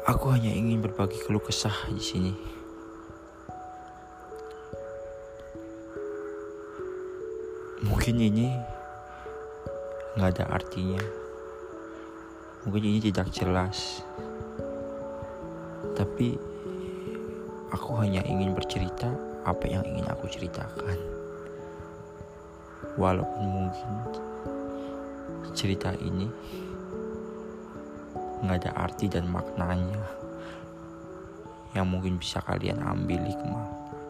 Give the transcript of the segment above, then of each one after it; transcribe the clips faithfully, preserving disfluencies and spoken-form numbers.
Aku hanya ingin berbagi keluh kesah di sini. Mungkin ini nggak ada artinya. Mungkin ini tidak jelas. Tapi aku hanya ingin bercerita apa yang ingin aku ceritakan. Walaupun mungkin cerita ini nggak ada arti dan maknanya yang mungkin bisa kalian ambil hikmah.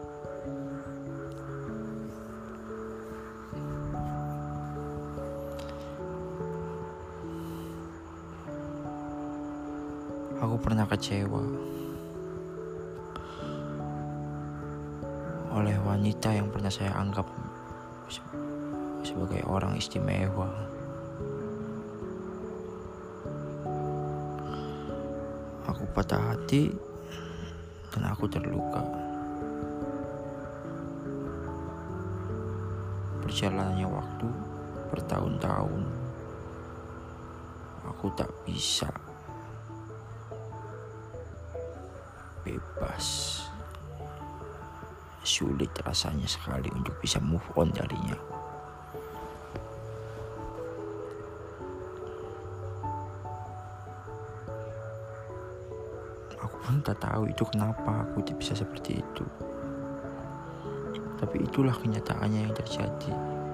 Aku pernah kecewa oleh wanita yang pernah saya anggap sebagai orang istimewa. Aku patah hati dan aku terluka. Berjalannya waktu bertahun-tahun, aku tak bisa bebas. Sulit rasanya sekali untuk bisa move on darinya. Aku pun tak tahu itu kenapa aku tidak bisa seperti itu. Tapi itulah kenyataannya yang terjadi.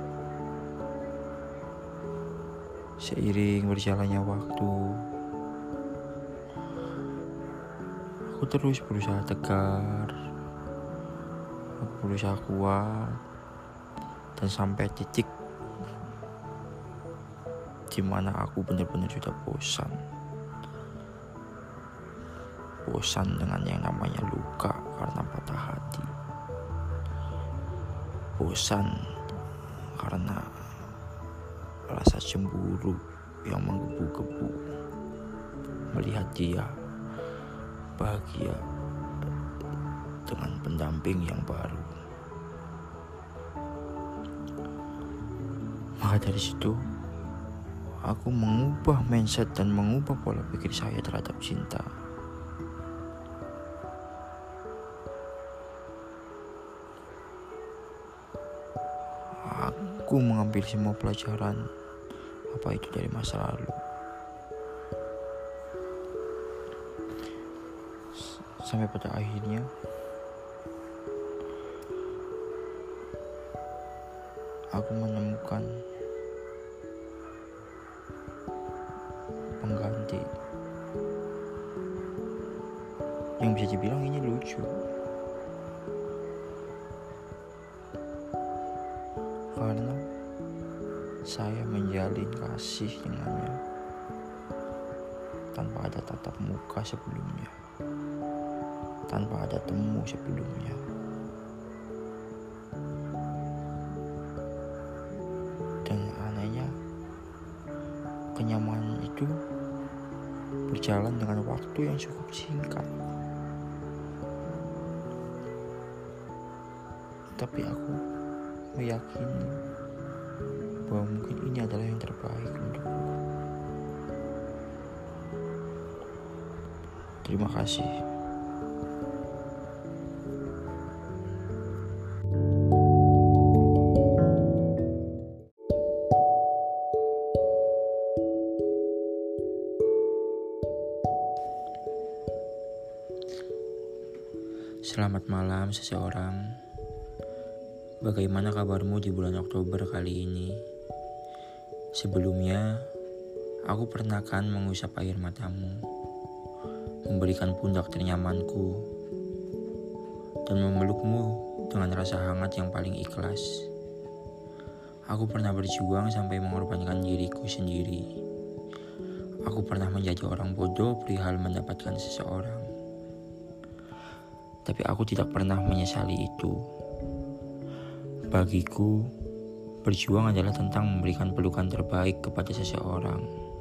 Seiring berjalannya waktu, aku terus berusaha tegar, aku berusaha kuat, dan sampai titik di mana aku benar-benar sudah bosan. Bosan dengan yang namanya luka karena patah hati. Bosan karena rasa cemburu yang menggebu-gebu melihat dia bahagia dengan pendamping yang baru. Maka dari situ aku mengubah mindset dan mengubah pola pikir saya terhadap cinta. Aku mengambil semua pelajaran apa itu dari masa lalu. Sampai pada akhirnya aku menemukan pengganti yang bisa dibilang ini lucu. Karena saya menjalin kasih dengannya tanpa ada tatap muka sebelumnya, tanpa ada temu sebelumnya. Dan anehnya, kenyamanan itu berjalan dengan waktu yang cukup singkat. Tapi aku meyakini bahwa mungkin ini adalah yang terbaik untukku. Terima kasih. Selamat malam seseorang. Bagaimana kabarmu di bulan Oktober kali ini? Sebelumnya, aku pernah kan mengusap air matamu, memberikan pundak ternyamanku, dan memelukmu dengan rasa hangat yang paling ikhlas. Aku pernah berjuang sampai mengorbankan diriku sendiri. Aku pernah menjadi orang bodoh perihal mendapatkan seseorang. Tapi aku tidak pernah menyesali itu. Bagiku, berjuang adalah tentang memberikan pelukan terbaik kepada seseorang.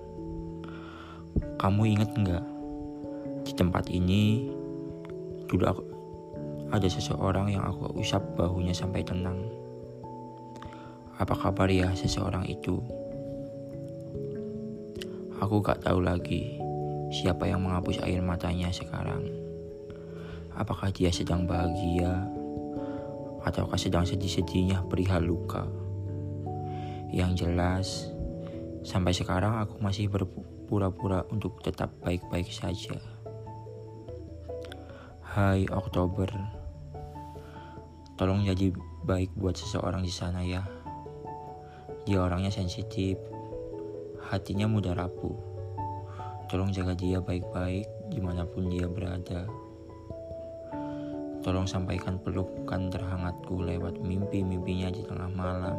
Kamu ingat enggak? Di tempat ini, dulu aku, ada seseorang yang aku usap bahunya sampai tenang. Apa kabar ya seseorang itu? Aku gak tahu lagi Siapa yang menghapus air matanya sekarang? Apakah dia sedang bahagia? Ataukah sedang sedih-sedihnya perihal luka? Yang jelas, sampai sekarang aku masih berpura-pura untuk tetap baik-baik saja. Hai Oktober, tolong jadi baik buat seseorang di sana ya. Dia orangnya sensitif, hatinya mudah rapuh. Tolong jaga dia baik-baik dimanapun dia berada. Tolong sampaikan pelukan terhangatku lewat mimpi-mimpinya di tengah malam.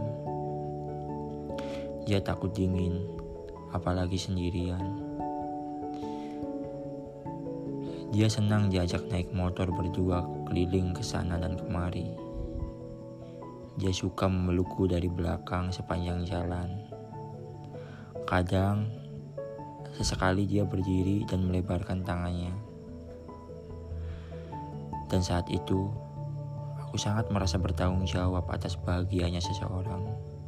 Dia takut dingin, apalagi sendirian. Dia senang diajak naik motor berdua keliling ke sana dan kemari. Dia suka memelukku dari belakang sepanjang jalan. Kadang, sesekali dia berdiri dan melebarkan tangannya. Dan saat itu, aku sangat merasa bertanggung jawab atas bahagianya seseorang.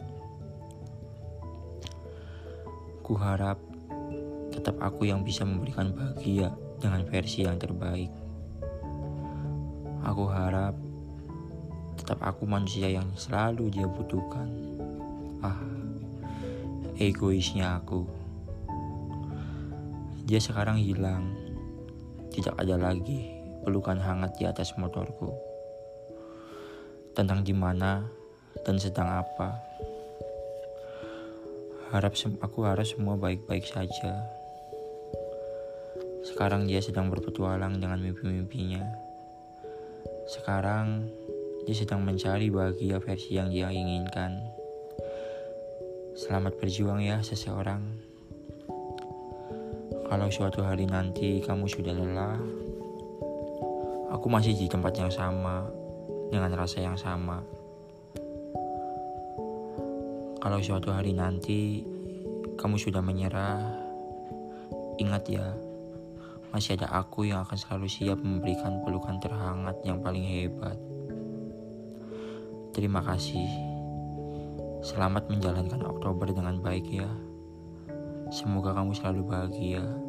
Kuharap tetap aku yang bisa memberikan bahagia dengan versi yang terbaik. Aku harap tetap aku manusia yang selalu dia butuhkan. Ah, egoisnya aku. Dia sekarang hilang. Tidak ada lagi pelukan hangat di atas motorku. Tentang di mana dan sedang apa. Harap aku harap semua baik-baik saja. Sekarang dia sedang berpetualang dengan mimpi-mimpinya. Sekarang dia sedang mencari bahagia versi yang dia inginkan. Selamat berjuang ya seseorang. Kalau suatu hari nanti kamu sudah lelah, aku masih di tempat yang sama, dengan rasa yang sama. Kalau suatu hari nanti kamu sudah menyerah, ingat ya, masih ada aku yang akan selalu siap memberikan pelukan terhangat yang paling hebat. Terima kasih. Selamat menjalankan Oktober dengan baik ya. Semoga kamu selalu bahagia.